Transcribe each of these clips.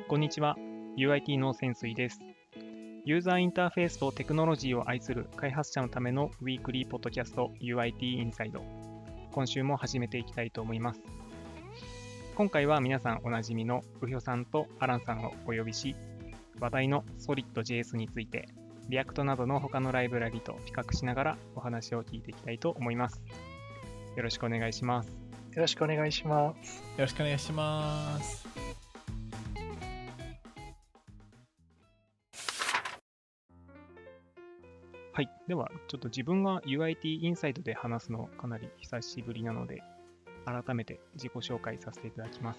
こんにちは。UIT の潜水です。ユーザーインターフェースとテクノロジーを愛する開発者のためのウィークリーポッドキャスト UIT インサイド。今週も始めていきたいと思います。今回は皆さんおなじみのうひょさんとアランさんをお呼びし、話題の Solid.js について、React などの他のライブラリと比較しながらお話を聞いていきたいと思います。よろしくお願いします。 よろしくお願いします。 よろしくお願いします。 はい。では、ちょっと自分が UIT インサイドで話すのかなり久しぶりなので、改めて自己紹介させていただきます。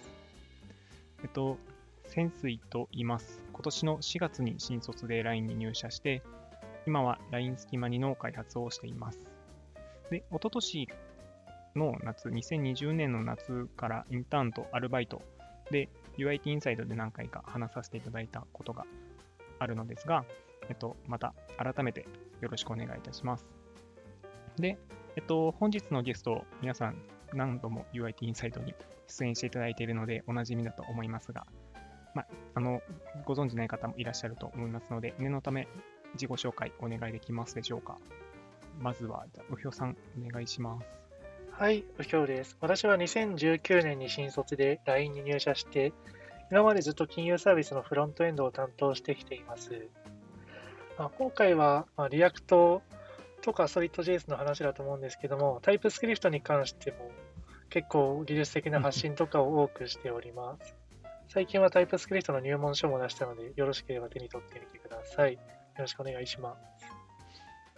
潜水と言います。今年の4月に新卒で LINE に入社して、今は LINE スキマ2の開発をしています。で、一昨年の夏、2020年の夏からインターンとアルバイトで UIT インサイドで何回か話させていただいたことがあるのですが、また改めてよろしくお願いいたします。で、本日のゲスト、皆さん何度も UIT インサイドに出演していただいているのでおなじみだと思いますが、ご存知ない方もいらっしゃると思いますので、念のため自己紹介お願いできますでしょうか。まずは、うひょさんお願いします。 はい、うひょうです。私は2019年に新卒で LINE に入社して、今までずっと金融サービスのフロントエンドを担当してきています。今回は、React とか Solid.js の話だと思うんですけども、TypeScript に関しても結構技術的な発信とかを多くしております。最近は TypeScript の入門書も出したので、よろしければ手に取ってみてください。よろしくお願いします。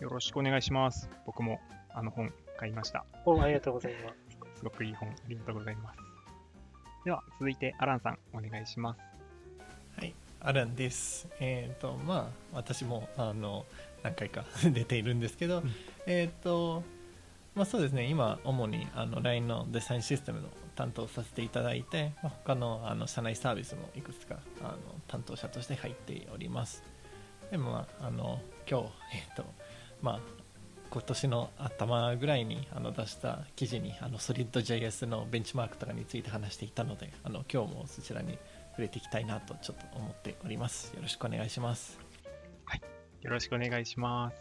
よろしくお願いします。僕も本買いました。 ありがとうございます。 すごくいい本、ありがとうございます。では、続いてアランさん、お願いします。 はい、アランです。私も何回か出ているんですけど、そうですね、今、主にLINE のデザインシステムの担当させていただいて、他の社内サービスもいくつか担当者として入っております。でも、今日、今年の頭ぐらいに出した記事にSolid.js のベンチマークとかについて話していたので、今日もそちらに触れていきたいなとちょっと思っております。よろしくお願いします。 はい、よろしくお願いします。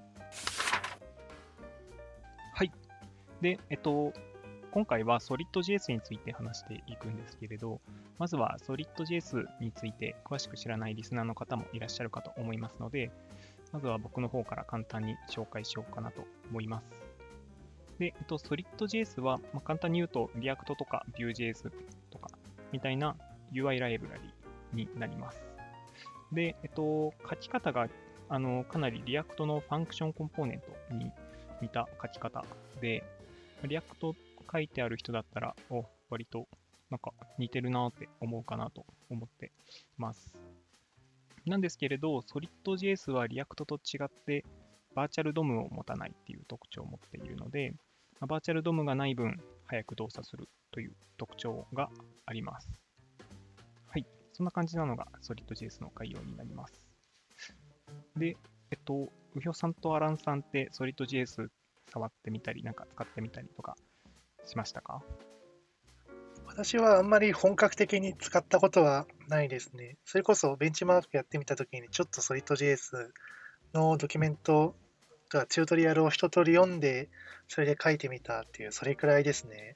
はい。で、今回は Solid.js について話していくんですけれど、まずは Solid.js について詳しく知らないリスナーの方もいらっしゃるかと思いますので、まずは僕の方から簡単に紹介しようかなと思います。で、Solid.js は、簡単に言うと React とか Vue.js とかみたいな UI ライブラリになります。で、書き方がかなり React のファンクションコンポーネントに似た書き方で、React 書いてある人だったら、割となんか似てるなって思うかなと思ってます。なんですけれど、Solid.js は React と違って、バーチャル DOM を持たないっていう特徴を持っているので、バーチャル DOM がない分、早く動作するという特徴があります。はい。そんな感じなのが Solid.js の概要になります。で、うひょさんとアランさんって Solid.js 触ってみたり、なんか使ってみたりとかしましたか？ 私はあんまり本格的に使ったことはないですね。それこそベンチマークやってみたときにちょっと Solid.js のドキュメントがチュートリアルを一通り読んで、それで書いてみたっていう、それくらいですね。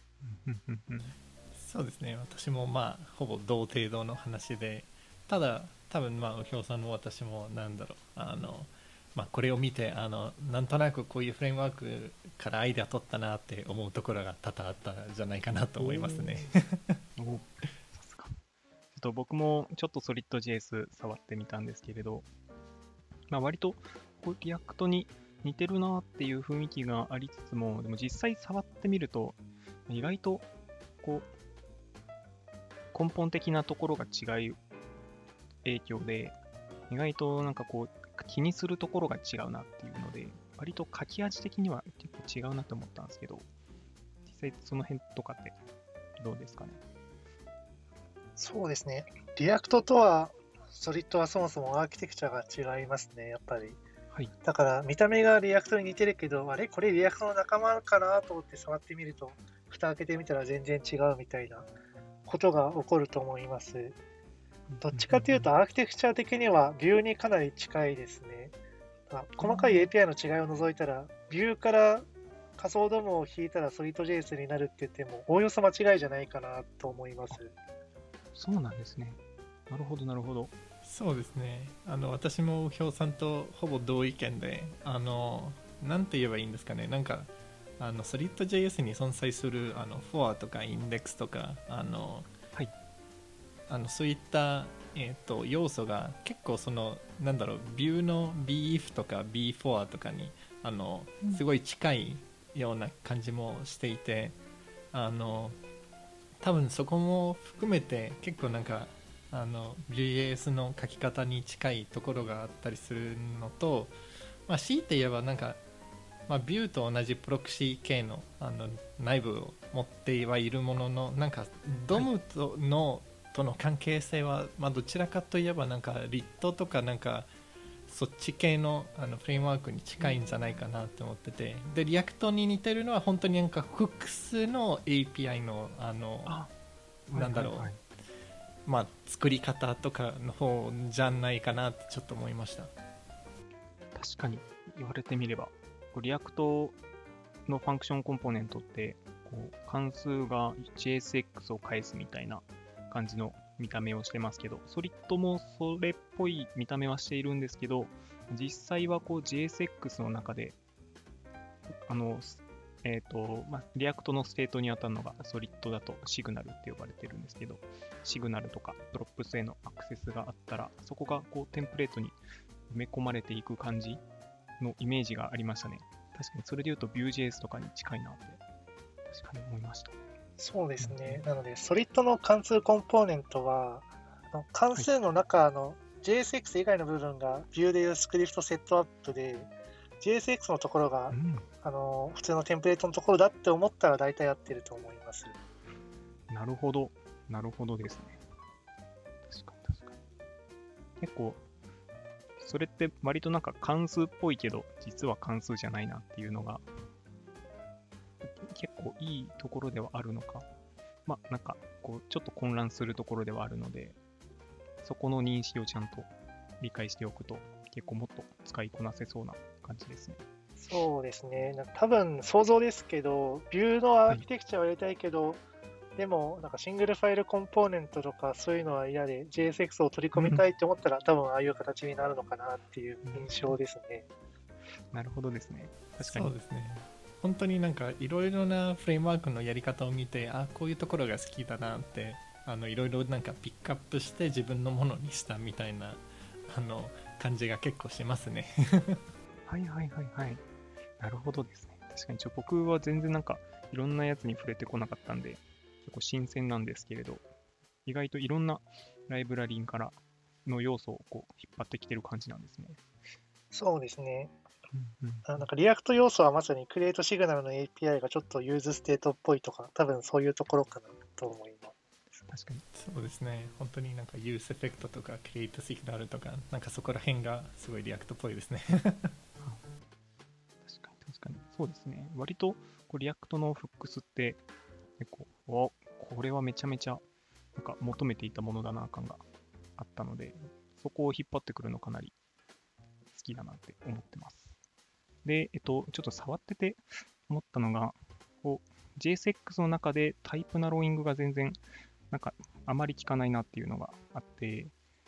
そうですね、私もほぼ同程度の話で、ただ多分うひょうさんも私もこれを見てなんとなくこういうフレームワークからアイデア取ったなって思うところが多々あったんじゃないかなと思いますね。 さすが。僕もちょっと Solid.js 触ってみたんですけれど、割とリアクトに似てるなっていう雰囲気がありつつも、でも実際触ってみると、意外と根本的なところが違う影響で、意外と気にするところが違うなっていうので、割と書き味的には結構違うなと思ったんですけど、実際その辺とかってどうですかね？ そうですね。リアクトとは、ソリッドはそもそもアーキテクチャが違いますね、やっぱり。 はい。 だから見た目がリアクトに似てるけど、あれこれリアクトの仲間かなと思って触ってみると、蓋開けてみたら全然違うみたいなことが起こると思います。 どっちかというと、アーキテクチャ的にはビューにかなり近いですね。細かい API の違いを除いたら、ビューから仮想ドームを引いたら Solid.js になるって言っても、おおよそ間違いじゃないかなと思います。 そうなんですね。なるほど、なるほど。 そうですね。私もひょうさんとほぼ同意見で、なんて言えばいいんですかね。なんかSolid.js に存在するfor とかインデックスとかはい。 そういった、要素が結構なんだろう、ビューの BIF とか B4 とかにすごい近いような感じもしていて、多分そこも含めて結構なんかVue.js の書き方に近いところがあったりするのと、強いて言えばなんか、Vue と同じプロクシー系の内部を持ってはいるものの、なんか DOM との関係性は、どちらかといえばなんか Lit とかなんかそっち系のフレームワークに近いんじゃないかなと思ってて、でリアクトに似てるのは本当になんか複数の API のなんだろう、 はいはいはい作り方とかの方じゃないかなってちょっと思いました。 確かに言われてみれば、リアクトのファンクションコンポーネントって、関数が JSX を返すみたいな感じの見た目をしてますけど、ソリッドもそれっぽい見た目はしているんですけど、実際はJSX の中で、リアクトのステートに当たるのがソリッドだとシグナルって呼ばれてるんですけど、シグナルとかプロップスへのアクセスがあったら、そこがテンプレートに埋め込まれていく感じのイメージがありましたね。確かにそれで言うと Vue.js とかに近いなって確かに思いました。 そうですね。なので、ソリッドの関数コンポーネントは、関数の中の JSX 以外の部分が Vue でいうスクリプトセットアップで、JSX のところが、普通のテンプレートのところだって思ったら大体合ってると思います。 なるほど。なるほどですね。確かに確かに。結構、それって割となんか関数っぽいけど、実は関数じゃないなっていうのが、結構いいところではあるのか。なんか、ちょっと混乱するところではあるので、そこの認識をちゃんと理解しておくと、結構もっと使いこなせそうな感じですね。 そうですね。多分想像ですけど、ビューのアーキテクチャはやりたいけど、でもなんかシングルファイルコンポーネントとかそういうのは嫌で JSX を取り込みたいって思ったら、多分ああいう形になるのかなっていう印象ですね。 なるほどですね。確かに。 そうですね。本当になんかいろいろなフレームワークのやり方を見て、こういうところが好きだなっていろいろなんかピックアップして自分のものにしたみたいな感じが結構しますね。 はいはいはいはい。なるほどですね。確かに僕は全然なんかいろんなやつに触れてこなかったんで、結構新鮮なんですけれど、意外といろんなライブラリンからの要素を引っ張ってきてる感じなんですね。 そうですね。 うんうん、 なんかリアクト要素はまさにクリエイトシグナルの API がちょっとユーズステートっぽいとか、多分そういうところかなと思います。 確かに。 そうですね。本当になんかユースエフェクトとかクリエイトシグナルとか、なんかそこら辺がすごいリアクトっぽいですね。 確かに確かに。そうですね。割とリアクトのフックスって結構、これはめちゃめちゃなんか求めていたものだな感があったので、そこを引っ張ってくるのかなり好きだなって思ってます。で、ちょっと触ってて思ったのが、JSX の中でタイプナローイングが全然、なんかあまり効かないなっていうのがあって、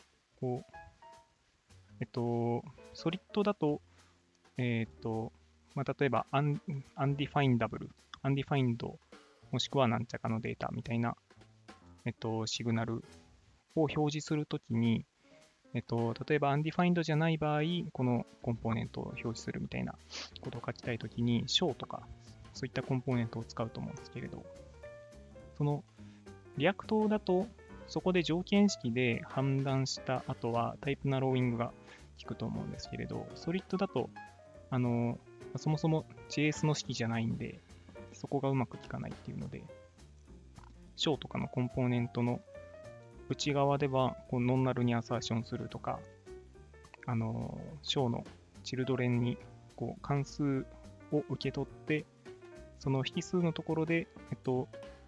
ソリッドだと、例えばundefinable、undefined もしくはなんちゃかのデータみたいな、シグナルを表示するときに、例えば undefined じゃない場合、このコンポーネントを表示するみたいなことを書きたいときに、show とか、そういったコンポーネントを使うと思うんですけれど、そのリアクトだと、そこで条件式で判断した後はタイプナローイングが効くと思うんですけれど、ソリッドだと、そもそも JS の式じゃないんで、そこがうまく効かないっていうので、show とかのコンポーネントの内側ではノンナルにアサーションするとか、show のチルドレンに関数を受け取って、その引数のところで、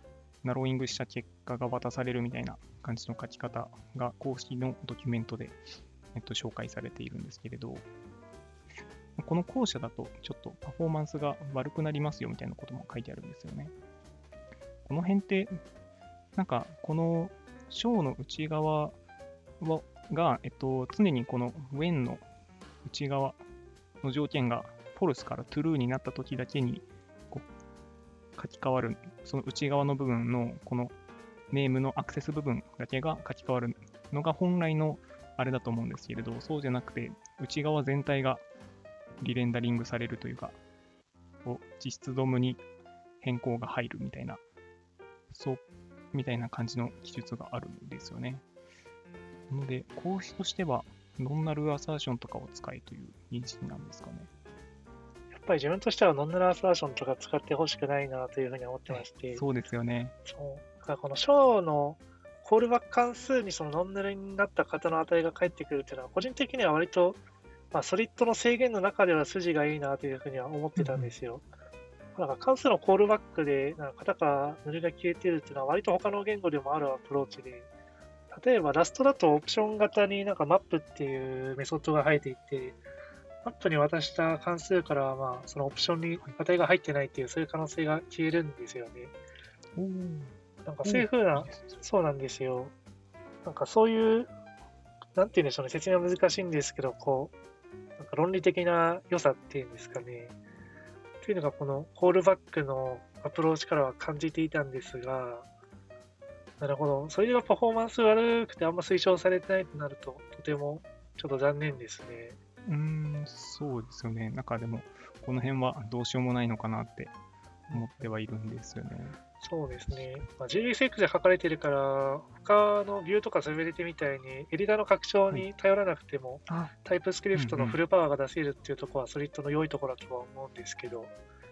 ナローイングした結果が渡されるみたいな感じの書き方が公式のドキュメントで、紹介されているんですけれど、この後者だとちょっとパフォーマンスが悪くなりますよみたいなことも書いてあるんですよね。この辺って、なんかこの小の内側が、常にこの when の内側の条件が false から true になった時だけにこう書き換わる、その内側の部分のこのネームのアクセス部分だけが書き換わるのが本来のあれだと思うんですけれど、そうじゃなくて内側全体がリレンダリングされるというか、実質ドムに変更が入るみたいな、みたいな感じの記述があるんですよね。なので、公式としては、ノンナルアサーションとかを使えという認識なんですかね。 やっぱり自分としてはノンナルアサーションとか使ってほしくないなというふうに思ってまして、 そうですよね。 だからこの小のコールバック関数にそのノンナルになった型の値が返ってくるっていうのは、個人的には割と、ソリッドの制限の中では筋がいいなというふうには思ってたんですよ。なんか関数のコールバックで型からヌルが消えてるっていうのは割と他の言語でもあるアプローチで、例えばラストだとオプション型になんかマップっていうメソッドが入っていて、マップに渡した関数からはそのオプションに値が入ってないっていうそういう可能性が消えるんですよね。なんかそういう風な、そうなんですよ。なんかそういう、なんていうんでしょうね、説明は難しいんですけど、なんか論理的な良さっていうんですかね。というのがこのコールバックのアプローチからは感じていたんですが、なるほど。それではパフォーマンス悪くてあんま推奨されてないとなると、とてもちょっと残念ですね。 そうですよね。なんかでも、この辺はどうしようもないのかなって思ってはいるんですよね。 そうですね。JSX で書かれてるから、他のビューとかスベリティみたいに、エディターの拡張に頼らなくても、タイプスクリプトのフルパワーが出せるっていうところは、ソリッドの良いところだとは思うんですけど、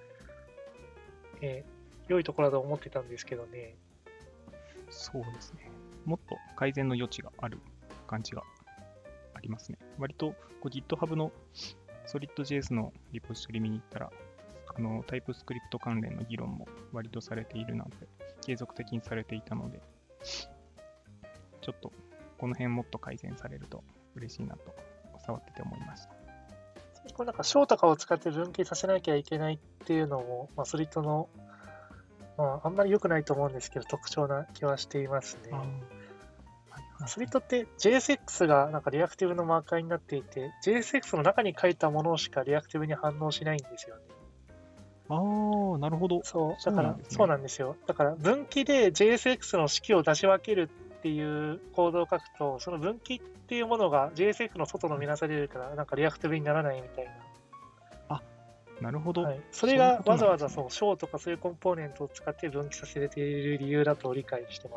良いところだと思ってたんですけどね。 そうですね。もっと改善の余地がある感じがありますね。割とGitHub の SolidJS のリポジトリ見に行ったら、タイプスクリプト関連の議論も割とされているなんて、継続的にされていたので、ちょっとこの辺もっと改善されると嬉しいなと触ってて思いました。 これなんか小とかを使って分岐させなきゃいけないっていうのも、ソリッドの、あんまり良くないと思うんですけど、特徴な気はしていますね。ソリッドって JSX がなんかリアクティブのマーカーになっていて、JSX の中に書いたものしかリアクティブに反応しないんですよね。 なるほど。 だから、そうなんですよ。だから、分岐で JSX の式を出し分けるっていうコードを書くと、その分岐っていうものが JSX の外の見なされるから、なんかリアクティブにならないみたいな。 なるほど。 それがわざわざ小とかそういうコンポーネントを使って分岐させている理由だと理解してます。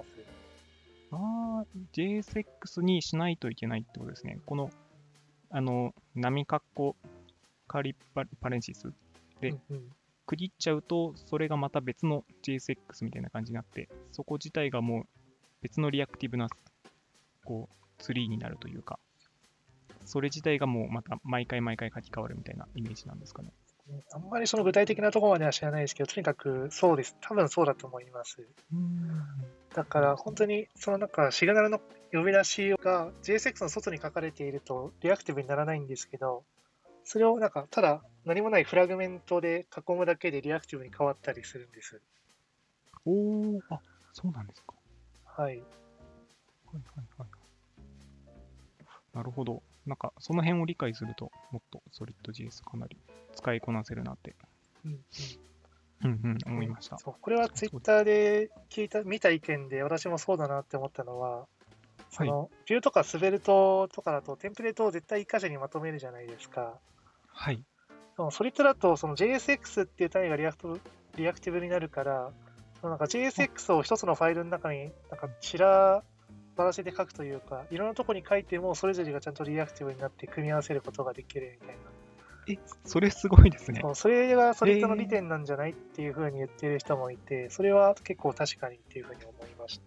JSX にしないといけないってことですね。この、波括弧カーリパレンシスで、区切っちゃうと、それがまた別の JSX みたいな感じになって、そこ自体がもう別のリアクティブな、ツリーになるというか、それ自体がもうまた毎回書き換わるみたいなイメージなんですかね。 あんまりその具体的なところまでは知らないですけど、とにかくそうです。多分そうだと思います。だから本当にそのシグナルの呼び出しが JSX の外に書かれているとリアクティブにならないんですけど、それをただ何もないフラグメントで囲むだけでリアクティブに変わったりするんです。 そうなんですか。 はい。 なるほど。なんかその辺を理解すると、もっと SolidJS かなり使いこなせるなって、思いました。 これは Twitter で見た意見で、私もそうだなって思ったのは、ビューとかスベルトとかだとテンプレートを絶対1箇所にまとめるじゃないですか。 はい。 ソリッドだとその JSX っていう単位がリアクティブになるから、JSX を一つのファイルの中に散らばらせて書くというか、いろんなとこに書いてもそれぞれがちゃんとリアクティブになって組み合わせることができるみたいな。 それすごいですね。 それがソリッドの利点なんじゃないっていうふうに言っている人もいて、それは結構確かにっていうふうに思いました。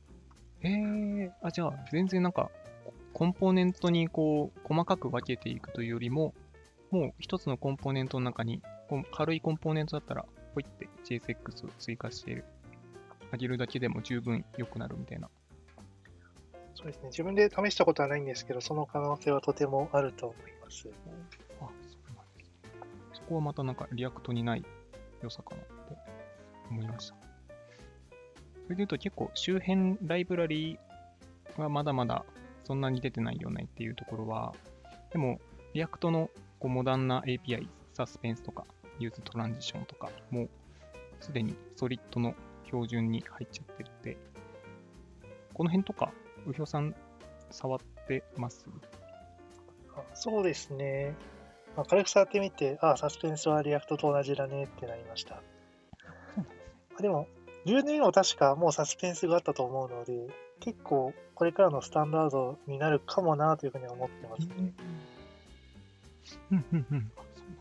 じゃあ全然コンポーネントに細かく分けていくというよりも、もう一つのコンポーネントの中に軽いコンポーネントだったらポイって JSX を追加して上げるだけでも十分良くなるみたいな。 そうですね。自分で試したことはないんですけど、その可能性はとてもあると思います。 そうなんですね。そこはまたなんかリアクトにない良さかなって思いました。それで言うと結構周辺ライブラリはまだまだそんなに出てないよねっていうところは、でもリアクトのこうモダンな API、サスペンスとかユーズトランジションとかもうすでにソリッドの標準に入っちゃってるって、この辺とか、うひょさん触ってます？ そうですね。軽く触ってみて、サスペンスはリアクトと同じだねってなりました。でも、10年も確かもうサスペンスがあったと思うので、結構これからのスタンダードになるかもなというふうには思ってますね。 そうなんですね。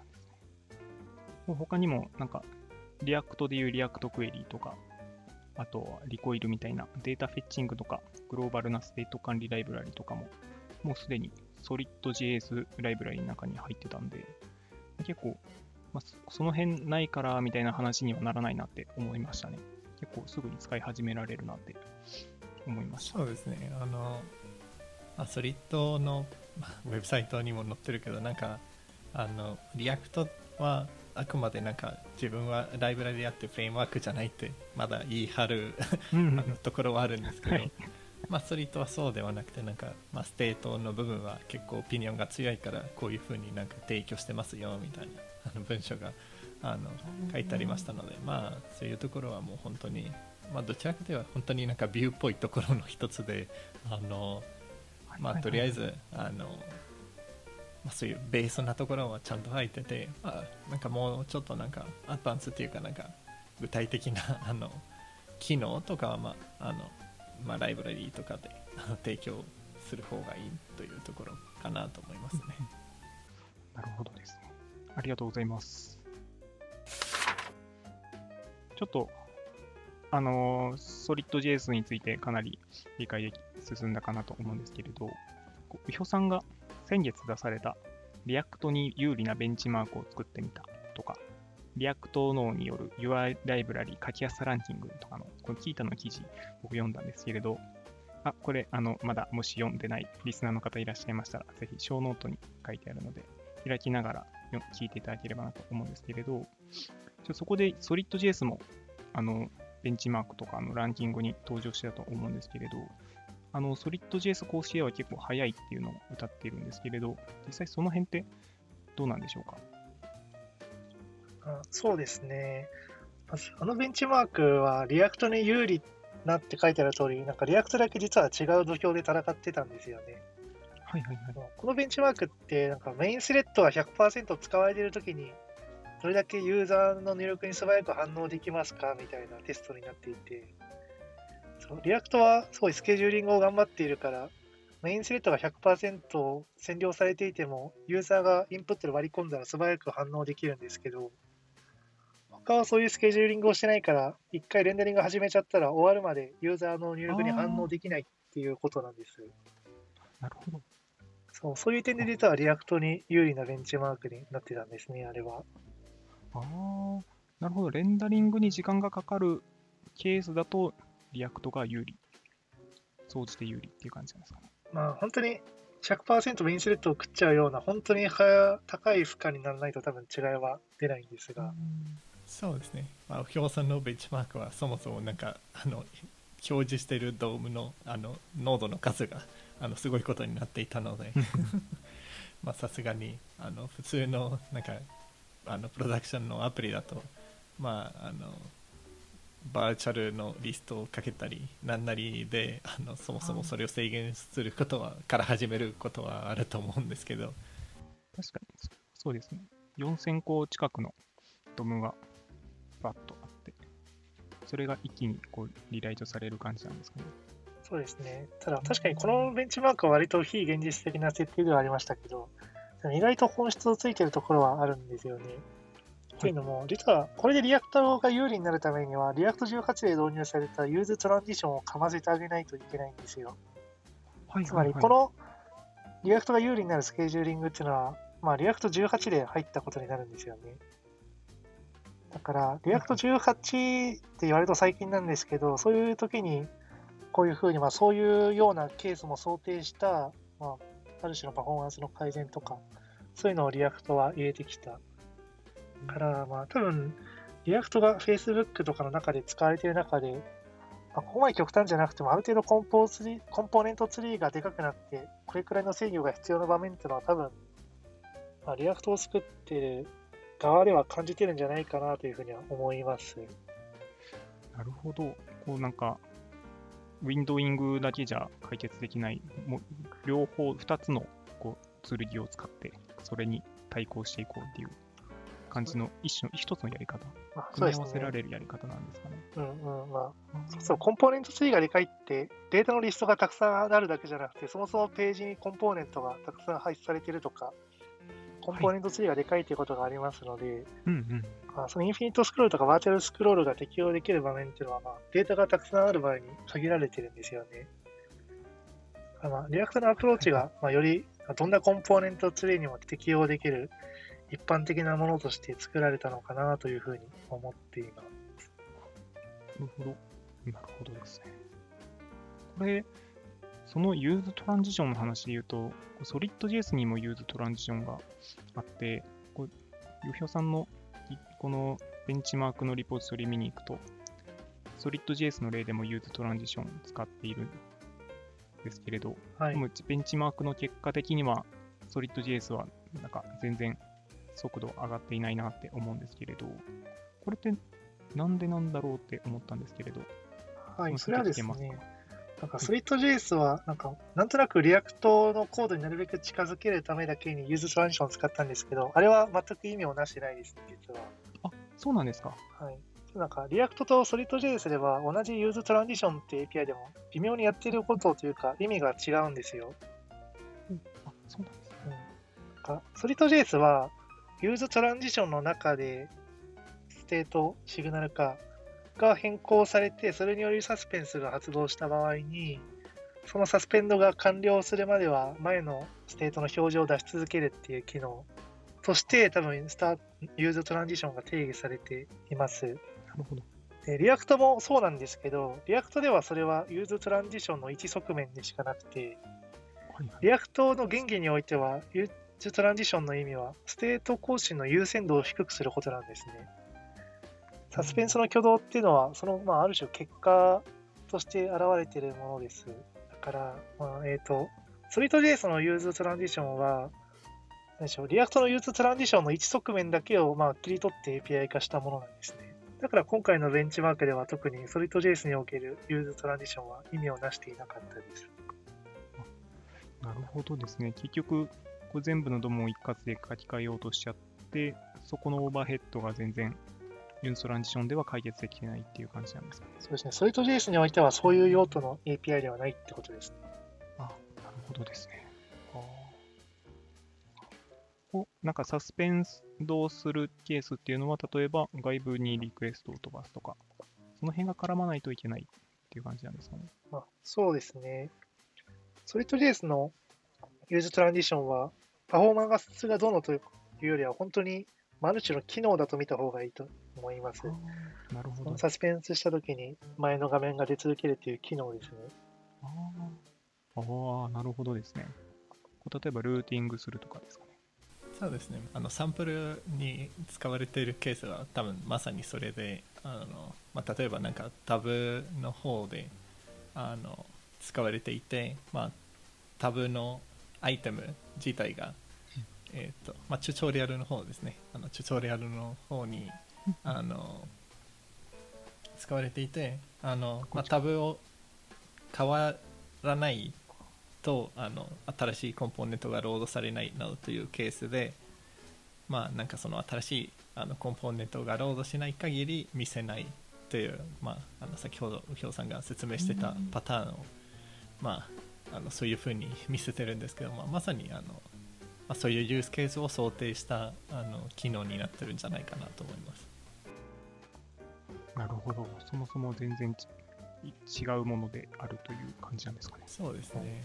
他にもなんかリアクトでいうリアクトクエリとか、あとはリコイルみたいなデータフェッチングとかグローバルなステート管理ライブラリとかももうすでに SolidJS ライブラリの中に入ってたんで、結構、その辺ないからみたいな話にはならないなって思いましたね。結構すぐに使い始められるなって思いました。 そうですね。ソリッドのウェブサイトにも載ってるけど、なんかリアクトはあくまでなんか自分はライブラリであってフレームワークじゃないってまだ言い張るところはあるんですけど、はい、ソリッドはそうではなくて、なんか、ステートの部分は結構オピニオンが強いからこういう風になんか提供してますよみたいな文章が書いてありましたので、そういうところはもう本当に、どちらかというと本当になんかビューっぽいところの一つで、とりあえずそういうベースなところはちゃんと入ってて、なんかもうちょっとなんかアドバンスっていうか、なんか具体的な機能とかはライブラリーとかで提供する方がいいというところかなと思いますね。 なるほどですね。ありがとうございます。ちょっとSolidJS についてかなり理解で進んだかなと思うんですけれど、うひょさんが先月出されたリアクトに有利なベンチマークを作ってみたとか、リアクト脳による UI ライブラリ書きやすさランキングとかのこのキータの記事僕読んだんですけれど、これまだもし読んでないリスナーの方いらっしゃいましたら、ぜひ小ノートに書いてあるので開きながら聞いていただければなと思うんですけれど、そこで SolidJS もベンチマークとかランキングに登場してたと思うんですけれど、SolidJS 公式では結構早いっていうのを歌っているんですけれど、実際その辺ってどうなんでしょうか？ そうですね。ベンチマークはリアクトに有利なって書いてある通り、なんかリアクトだけ実は違う土俵で戦ってたんですよね。 はいはいはい。 このベンチマークってなんかメインスレッドが 100% 使われているときにどれだけユーザーの入力に素早く反応できますかみたいなテストになっていて、リアクトはすごいスケジューリングを頑張っているから、メインスレッドが 100% 占領されていても、ユーザーがインプットで割り込んだら素早く反応できるんですけど、他はそういうスケジューリングをしてないから、一回レンダリング始めちゃったら終わるまでユーザーの入力に反応できないっていうことなんです。 なるほど。 そういう点で実はリアクトに有利なベンチマークになってたんですね、あれは。 なるほど。レンダリングに時間がかかるケースだと、リアクトが有利。総じて有利っていう感じなんですかね。 本当に 100% メインスレッドを食っちゃうような、本当に高い負荷にならないと多分違いは出ないんですが。 そうですね。うひょうさんのベンチマークはそもそもなんか表示しているドームのノードの数がすごいことになっていたのでさすがに普通のなんかプロダクションのアプリだとバーチャルのリストをかけたりなんなりでそもそもそれを制限することはから始めることはあると思うんですけど、 確かにそうですね。4000個近くのドムがバッとあって、それが一気にこうリライトされる感じなんですかね。 そうですね。ただ確かにこのベンチマークは割と非現実的な設定ではありましたけど、意外と本質をついているところはあるんですよね。というのも、実はこれでリアクトが有利になるためには、リアクト18で導入されたユーズトランジションをかませてあげないといけないんですよ。つまり、このリアクトが有利になるスケジューリングっていうのは、リアクト18で入ったことになるんですよね。 だから、リアクト18って言われると最近なんですけど、そういう時に、こういうふうに、そういうようなケースも想定した、ある種のパフォーマンスの改善とか、そういうのをリアクトは入れてきたから、多分、リアクトが Facebook とかの中で使われている中で、ここまで極端じゃなくても、ある程度コンポーネントツリーがでかくなって、これくらいの制御が必要な場面っていうのは多分、リアクトを作っている側では感じてるんじゃないかなというふうには思います。 なるほど。こうなんか、ウィンドウイングだけじゃ解決できない、もう両方、2つのこう剣を使って、それに対抗していこうっていう感じの一つのやり方、組み合わせられるやり方なんですかね。 そう、コンポーネントツリーがでかいって、データのリストがたくさんあるだけじゃなくて、そもそもページにコンポーネントがたくさん配置されているとか、コンポーネントツリーがでかいということがありますので、そのインフィニットスクロールとかバーチャルスクロールが適用できる場面っていうのは、データがたくさんある場合に限られてるんですよね。リアクトのアプローチが、よりどんなコンポーネントツリーにも適用できる一般的なものとして作られたのかなというふうに思っています。 なるほどですね。これ、そのユーズトランジションの話で言うと、SolidJS にもユーズトランジションがあって、ゆうひょうさんのこのベンチマークのリポジトリ見に行くと、SolidJS の例でもユーズトランジション使っているんですけれど、でもベンチマークの結果的には SolidJS はなんか全然速度上がっていないなって思うんですけれど、これってなんでなんだろうって思ったんですけれど。 はい、それはですね、SolidJS はなんとなくリアクトのコードになるべく近づけるためだけにユーズトランジションを使ったんですけど、あれは全く意味をなしてないです、実は。 あ、そうなんですか。 はい。リアクトと SolidJS では同じユーズトランジションって API でも微妙にやっていることというか意味が違うんですよ。 あ、そうなんですね。SolidJS はユーズトランジションの中でステート、シグナル化が変更されて、それによりサスペンスが発動した場合に、そのサスペンドが完了するまでは前のステートの表示を出し続けるっていう機能として多分ユーズトランジションが定義されています。 なるほど。 リアクトもそうなんですけど、リアクトではそれはユーズトランジションの一側面でしかなくて、リアクトの原理においてはユーズトランジションの意味はステート更新の優先度を低くすることなんですね。サスペンスの挙動っていうのは、その、ある種結果として現れているものです。だから、SolidJS のユーズトランジションは、リアクトのユーズトランジションの一側面だけを、切り取って API 化したものなんですね。だから今回のベンチマークでは特に SolidJS におけるユーズトランジションは意味をなしていなかったです。 なるほどですね。結局、全部のドムを一括で書き換えようとしちゃって、そこのオーバーヘッドが全然ユーズトランジションでは解決できてないっていう感じなんですかね。 そうですね。SolidJS においてはそういう用途の API ではないってことですね。 なるほどですね。なんかサスペンドをするケースっていうのは、例えば外部にリクエストを飛ばすとか、その辺が絡まないといけないっていう感じなんですかね。 そうですね。SolidJS のユーズトランジションは、パフォーマンスがどうのというよりは、本当にある種の機能だと見た方がいいと思います。 なるほど。 サスペンスしたときに前の画面が出続けるという機能ですね。 なるほどですね。例えばルーティングするとかですかね。 そうですね。サンプルに使われているケースは多分まさにそれで、例えばなんかタブの方で使われていて、タブのアイテム自体が、チュトリアルの方ですね。チュトリアルの方に使われていて、タブを変わらないと新しいコンポーネントがロードされないなどというケースで、なんかその新しいコンポーネントがロードしない限り見せないという、先ほど右京さんが説明してたパターンを、そういうふうに見せてるんですけど、まさにそういうユースケースを想定した機能になってるんじゃないかなと思います。 なるほど。そもそも全然違うものであるという感じなんですかね。 そうですね。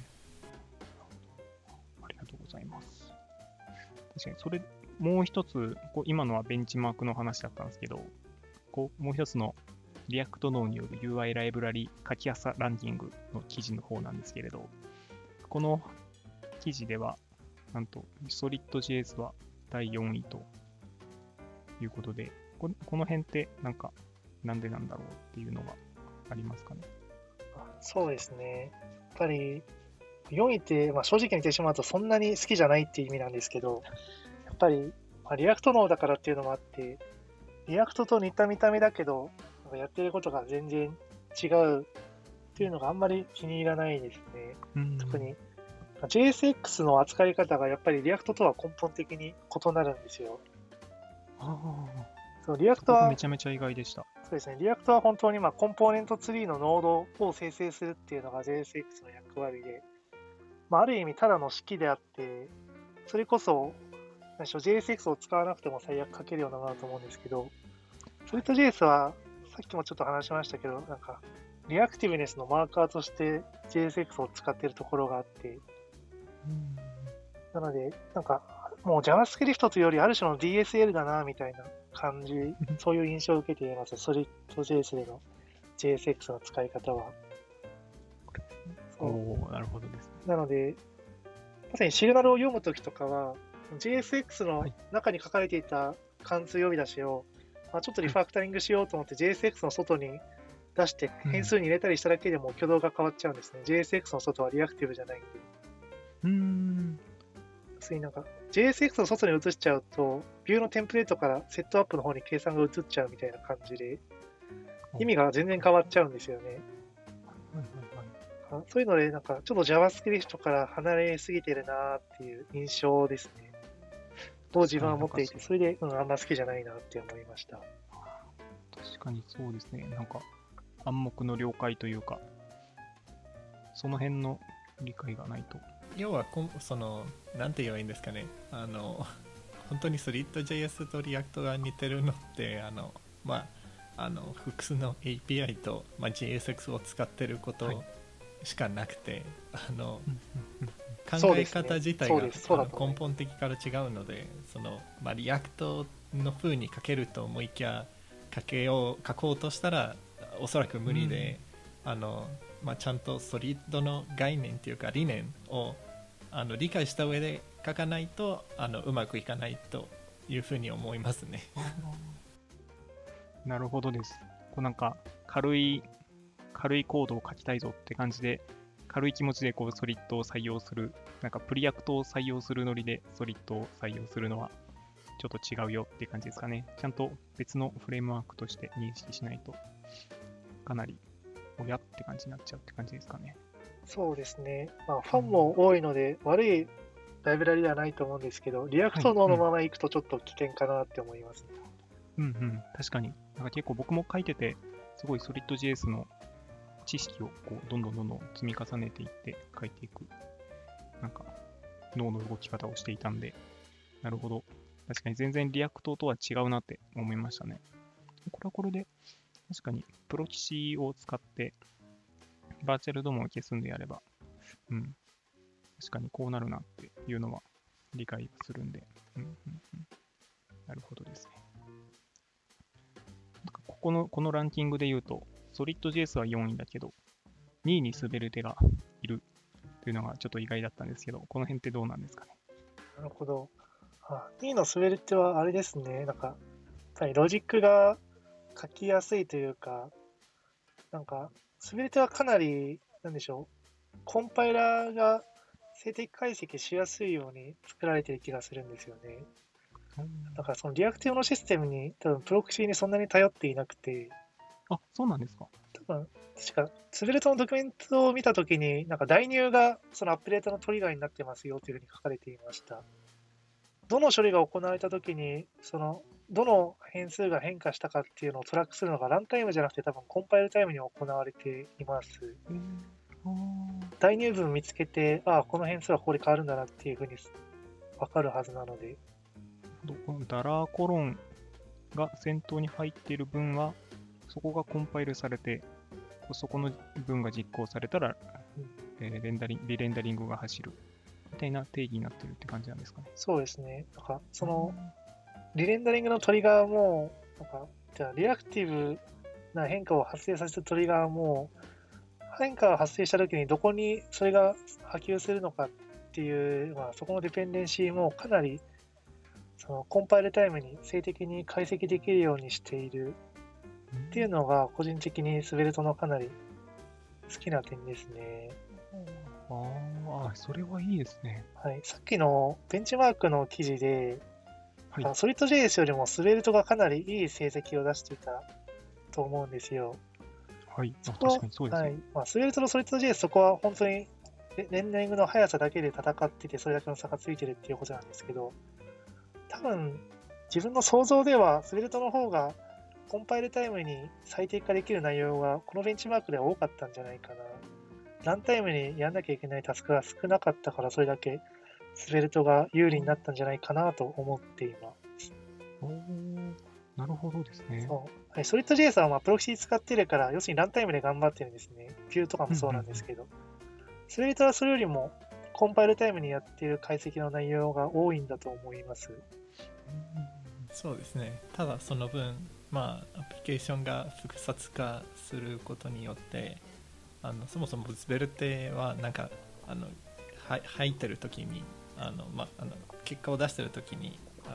ありがとうございます。確かに、それ、もう一つ、今のはベンチマークの話だったんですけど、 もう一つのリアクトノーによる UI ライブラリ書きやすさランキングの記事の方なんですけれど、この記事では、なんと SolidJS は第4位ということで、この辺ってなんでなんだろうっていうのがありますかね。 そうですね。やっぱり4位って、正直に言ってしまうとそんなに好きじゃないっていう意味なんですけど、やっぱり、リアクトノーだからっていうのもあって、リアクトと似た見た目だけど、やってることが全然違うっていうのがあんまり気に入らないですね。特に JSX の扱い方がやっぱりリアクトとは根本的に異なるんですよ。そうリアクトはめちゃめちゃ意外でした。 そうですね。リアクトは本当にコンポーネントツリーのノードを生成するっていうのが JSX の役割で、ある意味ただの式であって、それこそJSX を使わなくても最悪書けるようなものだと思うんですけど、SolidJS はさっきもちょっと話しましたけど、リアクティブネスのマーカーとして JSX を使っているところがあって、なので、もう JavaScript というよりある種の DSL だなみたいな感じ、そういう印象を受けています、SolidJS での JSX の使い方は。 なるほどですね。 なので、まさにシグナルを読むときとかは、JSX の中に書かれていた関数呼び出しを、ちょっとリファクタリングしようと思って JSX の外に出して変数に入れたりしただけでも挙動が変わっちゃうんですね。JSX の外はリアクティブじゃないんで。そういうJSX の外に移しちゃうと、ビューのテンプレートからセットアップの方に計算が移っちゃうみたいな感じで、意味が全然変わっちゃうんですよね。そういうので、ちょっと JavaScript から離れすぎてるなっていう印象ですね。を自分は持っていて、それで、あんま好きじゃないなって思いました。 確かにそうですね。暗黙の了解というか、その辺の理解がないと。 要はなんて言えばいいんですかね。本当に SolidJS と React が似てるのって、複数の API と、JSX を使ってることしかなくて、考え方自体が根本的から違うので、リアクトの風に書けると思いきや書こうとしたらおそらく無理で、ちゃんとソリッドの概念というか理念を理解した上で書かないとうまくいかないというふうに思いますね。 なるほどです。軽いコードを書きたいぞって感じで、軽い気持ちでソリッドを採用する、プリアクトを採用するノリでソリッドを採用するのはちょっと違うよって感じですかね。ちゃんと別のフレームワークとして認識しないと、かなり親って感じになっちゃうって感じですかね。 そうですね。ファンも多いので、悪いライブラリではないと思うんですけど、リアクトのまま行くとちょっと危険かなって思いますね。 確かに。結構僕も書いてて、すごい SolidJS の知識をどんどん積み重ねていって書いていく、脳の動き方をしていたんで、なるほど。確かに全然リアクトとは違うなって思いましたね。これはこれで、確かにプロキシを使ってバーチャルドームを消すんであれば、確かにこうなるなっていうのは理解するんで、なるほどですね。このランキングで言うと、SolidJS は4位だけど、2位にスベルテがいるというのがちょっと意外だったんですけど、この辺ってどうなんですかね。 なるほど。2位のスベルテはあれですね、ロジックが書きやすいというか、スベルテはかなり、コンパイラーが静的解析しやすいように作られている気がするんですよね。そのリアクティブのシステムに多分プロクシーにそんなに頼っていなくて、 そうなんですか。 確かスベルトのドキュメントを見たときに代入がそのアップデートのトリガーになってますよというふうに書かれていました。どの処理が行われたときにどの変数が変化したかっていうのをトラックするのがランタイムじゃなくて多分コンパイルタイムに行われています。代入文見つけて、この変数はここで変わるんだなっていうふうに分かるはずなので。 ダラーコロンが先頭に入っている分は、そこがコンパイルされて、そこの分が実行されたら、リレンダリングが走るみたいな定義になってるって感じなんですかね。 そうですね。そのリレンダリングのトリガーもじゃあリアクティブな変化を発生させたトリガーも、変化が発生したときにどこにそれが波及するのかっていう、そこのディペンデンシーもかなりそのコンパイルタイムに静的に解析できるようにしているっていうのが個人的にスベルトのかなり好きな点ですね。 それはいいですね。 はい、さっきのベンチマークの記事で、 はい。 ソリッド JS よりもスベルトがかなりいい成績を出していたと思うんですよ。 はい。 そこは確かにそうですね。 スベルトとソリッド JS、そこは本当にレンダリングの速さだけで戦ってて、それだけの差がついてるっていうことなんですけど、多分、自分の想像では、スベルトの方がコンパイルタイムに最適化できる内容が、このベンチマークでは多かったんじゃないかな。ランタイムにやんなきゃいけないタスクが少なかったから、それだけスベルトが有利になったんじゃないかなと思っています。 なるほどですね。 はい、ソリッド JS はプロキシ使ってるから、要するにランタイムで頑張ってるんですね。ビューとかもそうなんですけど。スベルトはそれよりもコンパイルタイムにやっている解析の内容が多いんだと思います。 そうですね。ただその分、アプリケーションが複雑化することによって、そもそもスベルテは入ってる時に結果を出してる時に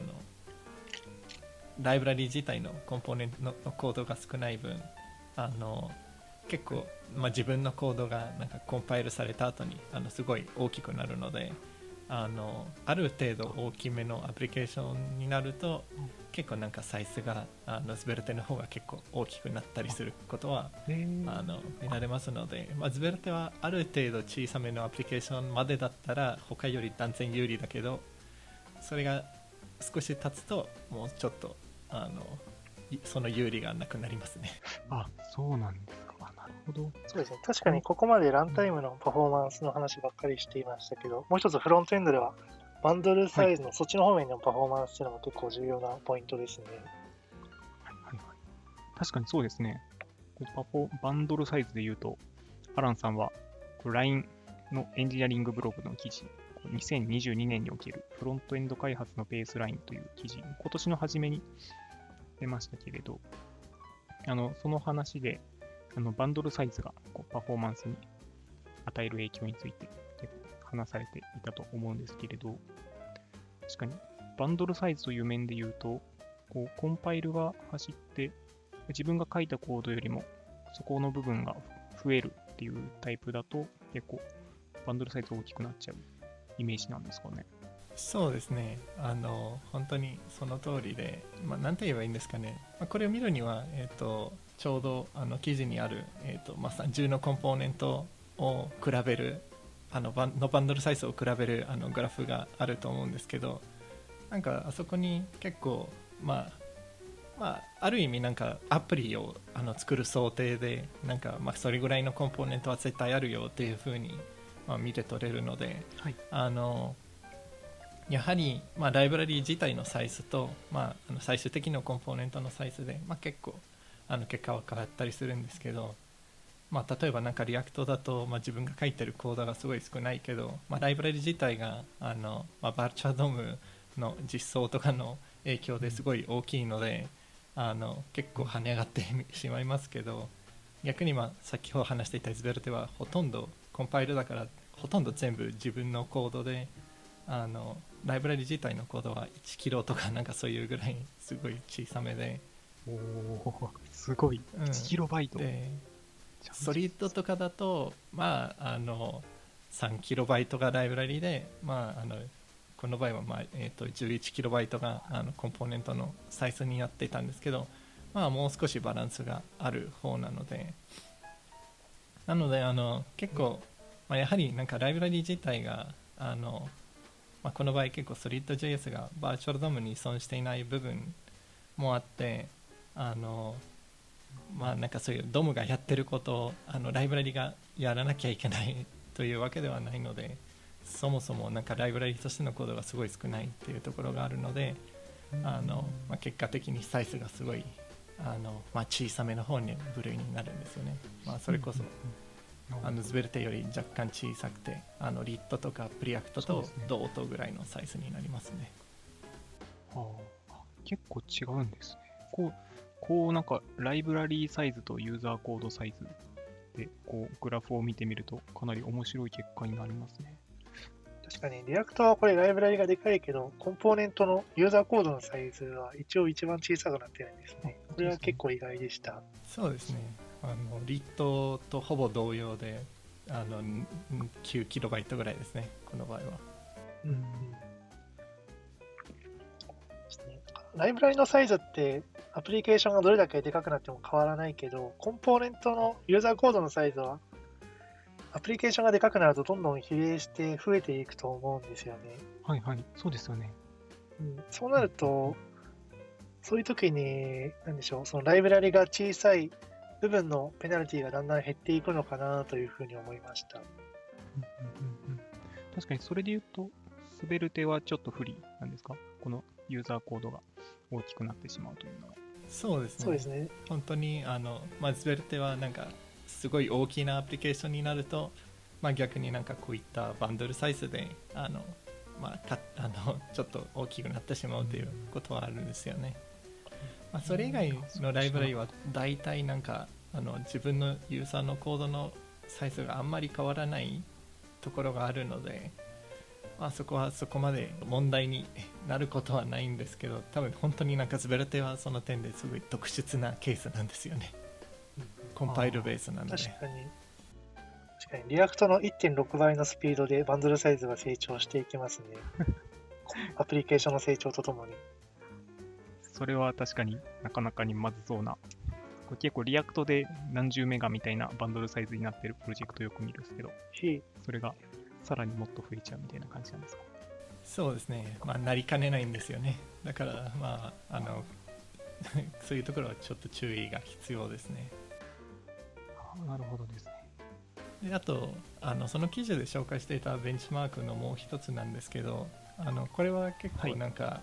ライブラリ自体のコンポーネントのコードが少ない分結構、自分のコードがコンパイルされた後にすごい大きくなるのである程度大きめのアプリケーションになると結構サイズがスベルテの方が結構大きくなったりすることは見られますので、スベルテはある程度小さめのアプリケーションまでだったら他より断然有利だけど、それが少し経つともうちょっとその有利がなくなりますね。 そうなんですか。なるほど。 そうですね。確かにここまでランタイムのパフォーマンスの話ばっかりしていましたけど、もう一つフロントエンドではバンドルサイズのそっちの方面のパフォーマンスっていうのも結構重要なポイントですね。 確かにそうですね。バンドルサイズで言うと、アランさんは LINE のエンジニアリングブログの記事、2022年におけるフロントエンド開発のベースラインという記事、今年の初めに出ましたけれど、その話で、バンドルサイズがパフォーマンスに与える影響について話されていたと思うんですけれど、確かにバンドルサイズという面で言うと、コンパイルが走って、自分が書いたコードよりもそこの部分が増えるっていうタイプだと、結構バンドルサイズ大きくなっちゃうイメージなんですかね。 そうですね。本当にその通りで、なんて言えばいいんですかね。これを見るには、ちょうど記事にある、30のコンポーネントを比べるバンドルサイズを比べるグラフがあると思うんですけど、あそこに結構ある意味アプリを作る想定でそれぐらいのコンポーネントは絶対あるよっていう風に見て取れるので、 はい、 やはりライブラリ自体のサイズと最終的なコンポーネントのサイズで結構結果は変わったりするんですけど、例えばリアクトだと自分が書いてるコードがすごい少ないけど、ライブラリ自体がバーチャルドームの実装とかの影響ですごい大きいので結構跳ね上がってしまいますけど、逆に先ほど話していたスベルテはほとんどコンパイルだからほとんど全部自分のコードでライブラリ自体のコードは1キロとかそういうぐらいすごい小さめで、 すごい1キロバイト、 でソリッドとかだと3キロバイトがライブラリでこの場合は11キロバイトがコンポーネントのサイズになっていたんですけど、もう少しバランスがある方なので結構やはりライブラリ自体がこの場合結構 SolidJS がバーチャルドームに依存していない部分もあってそういうドームがやってることをライブラリがやらなきゃいけないというわけではないので、そもそもライブラリとしてのコードがすごい少ないっていうところがあるので結果的にサイズがすごい小さめの方に部類になるんですよね。それこそズベルテより若干小さくてリットとかプリアクトと同等ぐらいのサイズになりますね。 結構違うんですね。 こうなんかライブラリーサイズとユーザーコードサイズでこうグラフを見てみるとかなり面白い結果になりますね。 確かに、リアクトはこれライブラリがでかいけど、コンポーネントのユーザーコードのサイズは一応一番小さくなってるんですね。これは結構意外でした。 そうですね。リットとほぼ同様で、9キロバイトぐらいですね、この場合は。 うんうん。ライブラリのサイズってアプリケーションがどれだけでかくなっても変わらないけど、コンポーネントのユーザーコードのサイズはアプリケーションがでかくなるとどんどん比例して増えていくと思うんですよね。 はいはい、そうですよね。 そうなると、そういう時に、なんでしょう、そのライブラリが小さい部分のペナルティがだんだん減っていくのかなというふうに思いました。 確かにそれで言うと、スベルテはちょっと不利なんですか？このユーザーコードが大きくなってしまうというのは。 そうですね。 そうですね。 本当にスベルテはなんかすごい大きなアプリケーションになると、逆になんかこういったバンドルサイズでちょっと大きくなってしまうということはあるんですよね。それ以外のライブラリは大体なんか自分のユーザーのコードのサイズがあんまり変わらないところがあるので、そこはそこまで問題になることはないんですけど、多分本当になんかスベルテはその点ですごい特殊なケースなんですよね。コンパイルベースなので。 確かにリアクトの 1.6 倍のスピードでバンドルサイズが成長していきますね。アプリケーションの成長とともに。 それは確かになかなかにまずそうな。これ結構リアクトで何十メガみたいなバンドルサイズになってるプロジェクトよく見るんですけど、それがさらにもっと増えちゃうみたいな感じなんですか？ そうですね。なりかねないんですよね。だからそういうところはちょっと注意が必要ですね。 なるほどですね。 であとその記事で紹介していたベンチマークのもう一つなんですけど、これは結構なんか、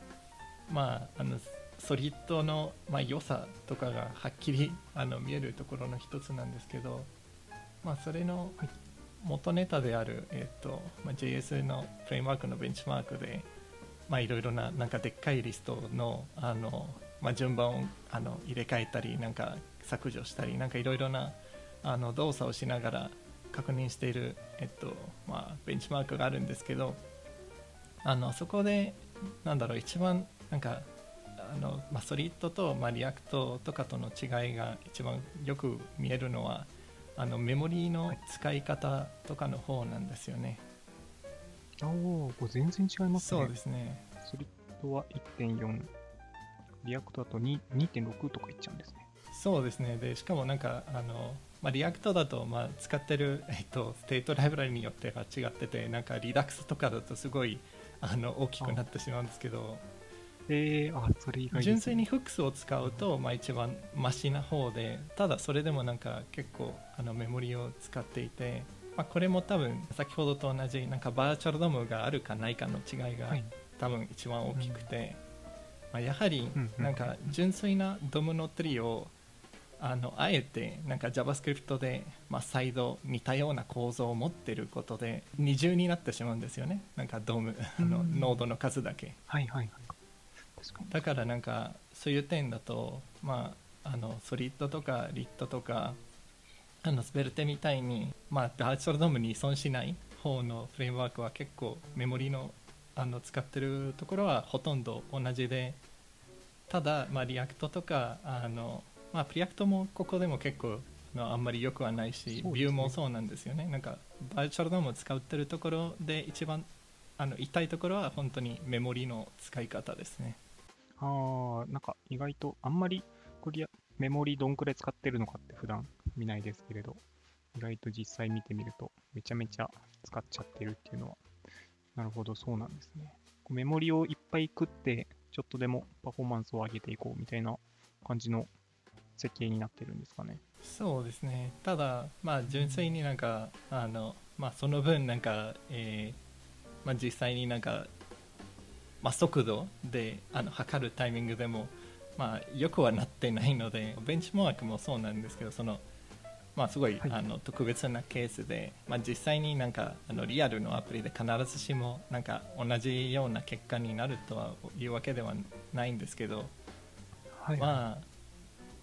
ソリッドの、良さとかがはっきり見えるところの一つなんですけど、それの元ネタである、JS のフレームワークのベンチマークで、いろいろな、なんかでっかいリストの、順番を入れ替えたりなんか削除したりなんかいろいろな動作をしながら確認している、ベンチマークがあるんですけど、そこで一番なんかソリッドと、リアクトとかとの違いが一番よく見えるのはメモリーの使い方とかの方なんですよね。 これ全然違いますね。 そうですね。 ソリッドは 1.4、リアクトだと 2.6 とかいっちゃうんですね。 そうですね。でしかもなんかリアクトだと使ってる、ステートライブラリによっては違ってて、なんかリダックスとかだとすごい大きくなってしまうんですけど、 それ以外ですね。 純粋にフックスを使うと、一番マシな方で、ただそれでもなんか結構メモリを使っていて、これも多分先ほどと同じなんかバーチャルドムがあるかないかの違いが多分一番大きくて、やはりなんか純粋なドムのツリーをあえてなんか JavaScript で、再度似たような構造を持っていることで二重になってしまうんですよね。なんかドムノードの数だけ。だからなんかそういう点だと、ソリッドとかリットとかスベルテみたいに、バーチャルドームに依存しない方のフレームワークは結構メモリの使ってるところはほとんど同じで、ただ、リアクトとかプリアクトもここでも結構あんまり良くはないし、ビューもそうなんですよね。なんかバーチャルドームを使ってるところで一番痛いところは本当にメモリの使い方ですね。 なんか意外とあんまりメモリどんくらい使ってるのかって普段見ないですけれど、意外と実際見てみるとめちゃめちゃ使っちゃってるっていうのは、なるほどそうなんですね。メモリをいっぱい食ってちょっとでもパフォーマンスを上げていこうみたいな感じの設計になってるんですかね。 そうですね。ただ純粋になんかその分なんか、実際になんか速度で測るタイミングでもよくはなってないので、ベンチマークもそうなんですけど、すごい、特別なケースで、実際になんかリアルのアプリで必ずしもなんか同じような結果になるとはいうわけではないんですけど、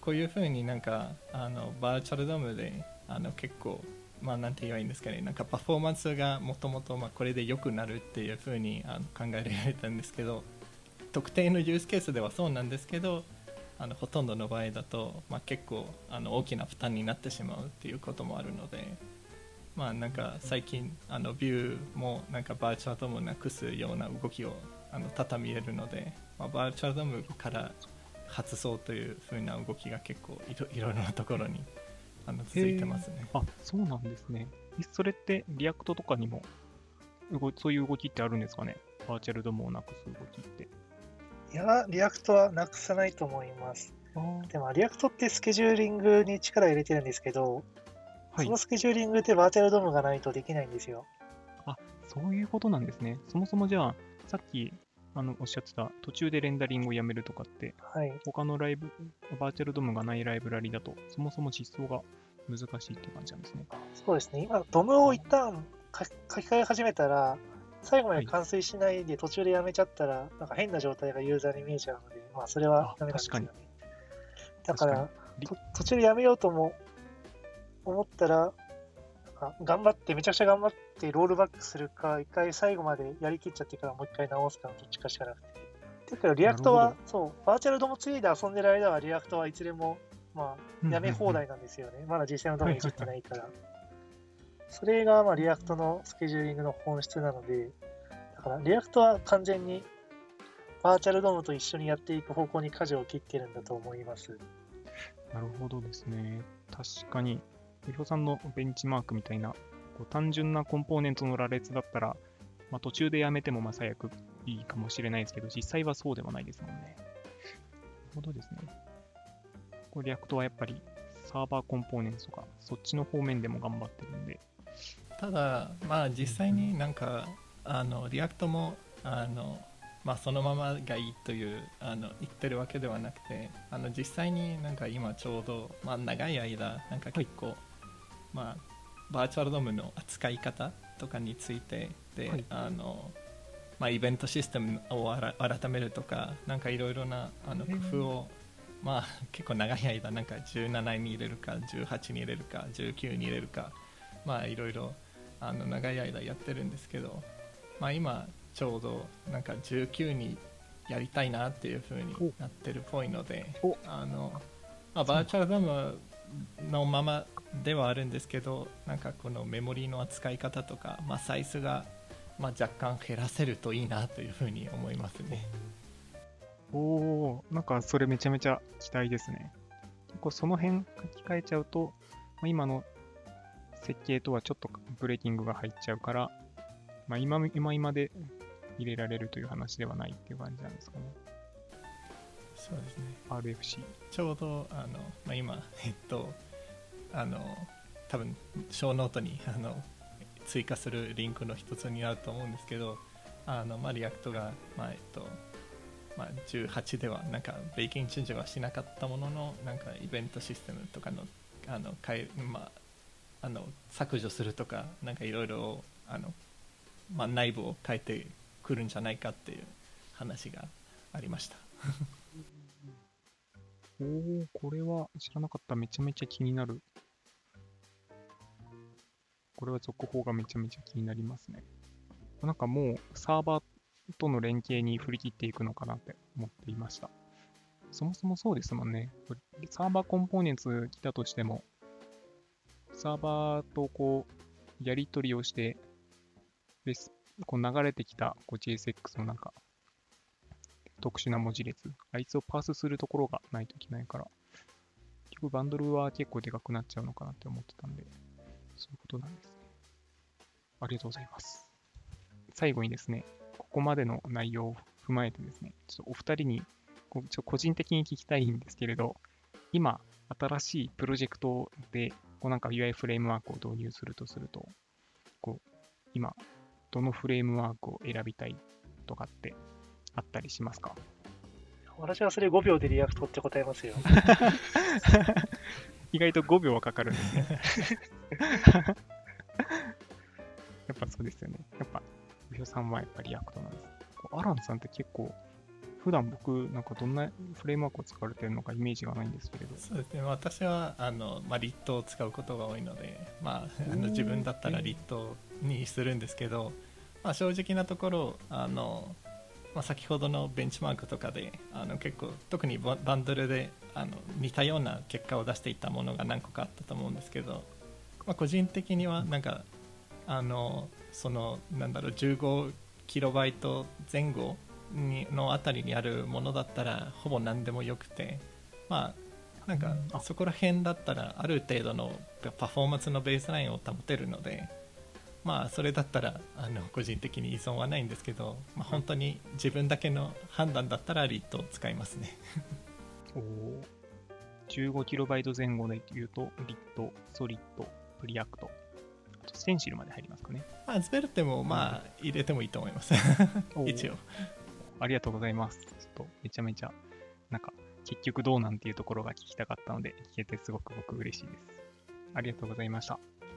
こういうふうになんかバーチャルドームで結構なんて言えばいいんですかね、なんかパフォーマンスがもともとこれで良くなるっていうふうに考えられたんですけど、特定のユースケースではそうなんですけど、ほとんどの場合だと、結構大きな負担になってしまうっていうこともあるので、なんか最近ビューもなんかバーチャルドームをなくすような動きを多々見えるので、バーチャルドームから外そうというふうな動きが結構いろいろなところに続いてますね。 あ、そうなんですね。それってリアクトとかにもそういう動きってあるんですかね。バーチャルドームをなくす動きって。 いや、リアクトはなくさないと思います。でも、リアクトってスケジューリングに力入れてるんですけど、 はいそのスケジューリングってバーチャルドームがないとできないんですよ。 あ、そういうことなんですね。そもそもじゃあ、さっきおっしゃってた途中でレンダリングをやめるとかって、 はい。 他のバーチャルドームがないライブラリだと、そもそも実装が難しいっていう感じなんですね。 そうですね。今、ドムを一旦書き換え始めたら、最後まで完遂しないで途中でやめちゃったら、なんか変な状態がユーザーに見えちゃうので、それはダメなんですよね。だから途中でやめようとも思ったら、めちゃくちゃ頑張ってロールバックするか、一回最後までやりきっちゃってからもう一回直すかのどっちかしかなくて。だけどリアクトは、バーチャルドーム3で遊んでる間はリアクトはいつでも、やめ放題なんですよね。まだ実際のドームいじってないから。それがリアクトのスケジューリングの本質なので、だからリアクトは完全にバーチャルドームと一緒にやっていく方向に舵を切ってるんだと思います。 なるほどですね。確かに、うひょさんのベンチマークみたいな単純なコンポーネントの羅列だったら、途中でやめても最悪いいかもしれないですけど、実際はそうではないですもんね。なるほどですね。リアクトはやっぱりサーバーコンポーネントとか、そっちの方面でも頑張ってるんで。 ただ、実際になんか、リアクトも、そのままがいいという言ってるわけではなくて、実際になんか今ちょうど、長い間、なんか結構、バーチャルドームの扱い方とかについてで、イベントシステムを改めるとか、なんかいろいろな工夫を、結構長い間、なんか17に入れるか、18に入れるか、19に入れるか、いろいろ長い間やってるんですけど、今ちょうどなんか19にやりたいなっていう風になってるっぽいので、バーチャルドームのままではあるんですけど、なんかこのメモリーの扱い方とか、サイズが若干減らせるといいなという風に思いますね。 なんかそれめちゃめちゃ期待ですね。結構その辺書き換えちゃうと、今の設計とはちょっとブレーキングが入っちゃうから、今で入れられるという話ではないっていう感じなんですかね。 そうですね。 RFC。 ちょうど今多分ショーノートに追加するリンクの一つになると思うんですけど、リアクトが18ではなんかベーキングチェンジはしなかったものの、なんかイベントシステムとかの削除するとか、なんかいろいろ内部を変えてくるんじゃないかっていう話がありました。 これは知らなかった。めちゃめちゃ気になる。これは続報がめちゃめちゃ気になりますね。なんかもうサーバーとの連携に振り切っていくのかなって思っていました。そもそもそうですもんね。サーバーコンポーネンツ来たとしても、サーバーとやり取りをして、流れてきたJSX のなんか特殊な文字列、あいつをパースするところがないといけないから、結局バンドルは結構でかくなっちゃうのかなって思ってたんで、そういうことなんですね。ありがとうございます。最後にですね、ここまでの内容を踏まえてですね、ちょっとお二人に個人的に聞きたいんですけれど、今、新しいプロジェクトでなんか UI フレームワークを導入するとすると、今、どのフレームワークを選びたいとかってあったりしますか？ 私はそれ5秒でリアクトって答えますよ。 意外と5秒はかかるんですね。やっぱそうですよね。やっぱ、うひょさんはやっぱりリアクトなんです。アランさんって結構普段僕、なんかどんなフレームワークを使われているのかイメージがないんですけれど。 そうですね、私はリットを使うことが多いので、自分だったらリットにするんですけど、正直なところ先ほどのベンチマークとかで結構特にバンドルで似たような結果を出していたものが何個かあったと思うんですけど、個人的にはなんかその15キロバイト前後のあたりにあるものだったらほぼ何でもよくて、なんかそこら辺だったらある程度のパフォーマンスのベースラインを保てるので、それだったら個人的に依存はないんですけど、本当に自分だけの判断だったらリットを使いますね。 15キロバイト前後で言うとリット、ソリッド、プリアクト、あとステンシルまで入りますかね。 ズベルテも入れてもいいと思います一応。 ありがとうございます。ちょっとめちゃめちゃなんか結局どうなんていうところが聞きたかったので聞けてすごく僕嬉しいです。ありがとうございました。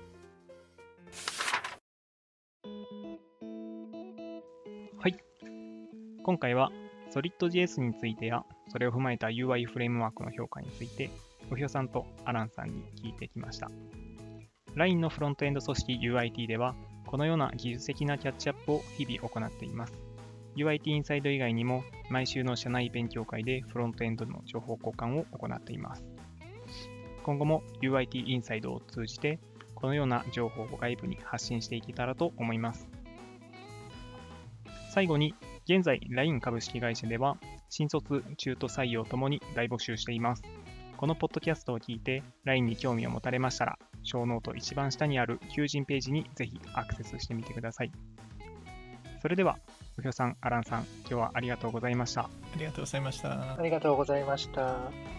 はい。今回は Solid.js についてやそれを踏まえた UI フレームワークの評価についてうひょさんとアランさんに聞いてきました。LINE のフロントエンド組織 UIT ではこのような技術的なキャッチアップを日々行っています。UIT インサイド以外にも毎週の社内勉強会でフロントエンドの情報交換を行っています。今後も UIT インサイドを通じてこのような情報を外部に発信していけたらと思います。最後に、現在 LINE 株式会社では新卒、中途採用ともに大募集しています。このポッドキャストを聞いて LINE に興味を持たれましたら、ショーノート一番下にある求人ページにぜひアクセスしてみてください。それでは、うひょさん、アランさん、今日はありがとうございました。 ありがとうございました。 ありがとうございました。